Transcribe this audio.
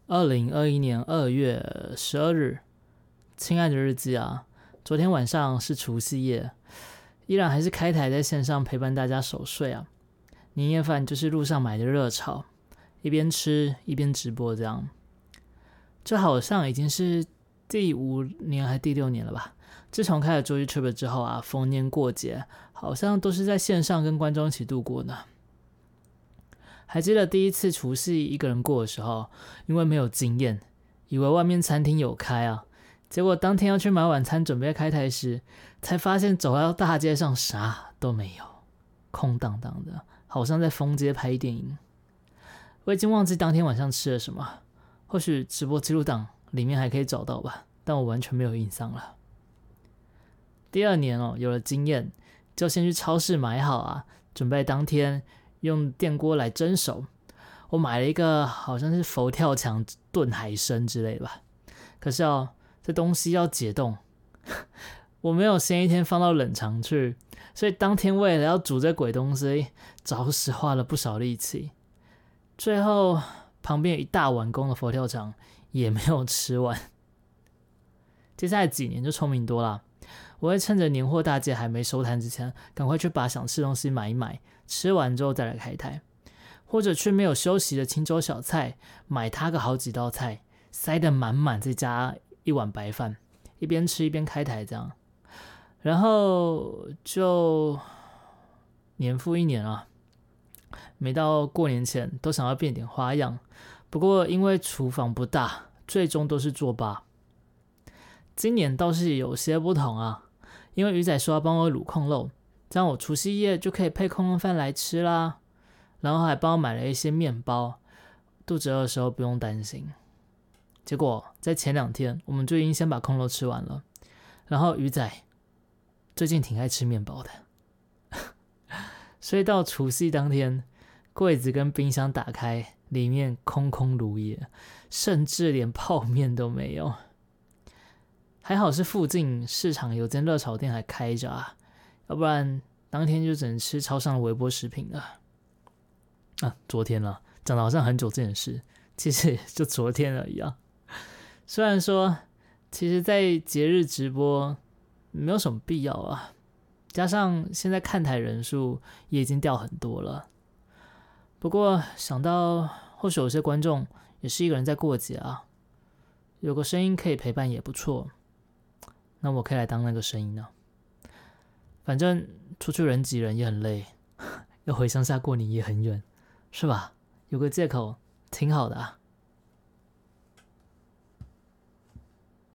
2021年2月12日，亲爱的日记啊，昨天晚上是除夕夜，依然还是开台在线上陪伴大家守岁啊。年夜饭就是路上买的热炒，一边吃一边直播这样。这好像已经是第5年还是第6年了吧？自从开了做 YouTuber 之后啊，逢年过节好像都是在线上跟观众一起度过呢。还记得第一次除夕一个人过的时候，因为没有经验，以为外面餐厅有开啊，结果当天要去买晚餐准备开台时，才发现走到大街上啥都没有，空荡荡的，好像在封街拍电影。我已经忘记当天晚上吃了什么，或许直播记录档里面还可以找到吧，但我完全没有印象了。第2年有了经验，就先去超市买好啊，准备当天用电锅来蒸熟。我买了一个好像是佛跳墙炖海参之类的吧，可是这东西要解冻，我没有先一天放到冷藏去，所以当天为了要煮这鬼东西，着实花了不少力气。最后旁边有一大碗公的佛跳墙也没有吃完。接下来几年就聪明多了，我会趁着年货大街还没收摊之前，赶快去把想吃的东西买一买，吃完之后再来开台，或者去没有休息的清粥小菜买它个好几道菜，塞得满满，再加一碗白饭，一边吃一边开台这样。然后就年复一年啊，每到过年前都想要变点花样，不过因为厨房不大，最终都是作罢。今年倒是有些不同啊，因为鱼仔说要帮我卤控肉，这样我除夕夜就可以配控肉饭来吃啦。然后还帮我买了一些面包，肚子饿的时候不用担心。结果在前2天，我们就已经先把控肉吃完了。然后鱼仔最近挺爱吃面包的，所以到除夕当天，柜子跟冰箱打开，里面空空如也，甚至连泡面都没有。还好是附近市场有间热炒店还开着啊，要不然当天就只能吃超商的微波食品了。昨天了，讲得好像很久这件事，其实也就昨天而已啊。虽然说，其实在节日直播没有什么必要啊，加上现在看台人数也已经掉很多了。不过想到或许有些观众也是一个人在过节啊，有个声音可以陪伴也不错。那我可以来当那个声音呢。反正出去人挤人也很累，要回乡下过年也很远，是吧？有个借口挺好的啊。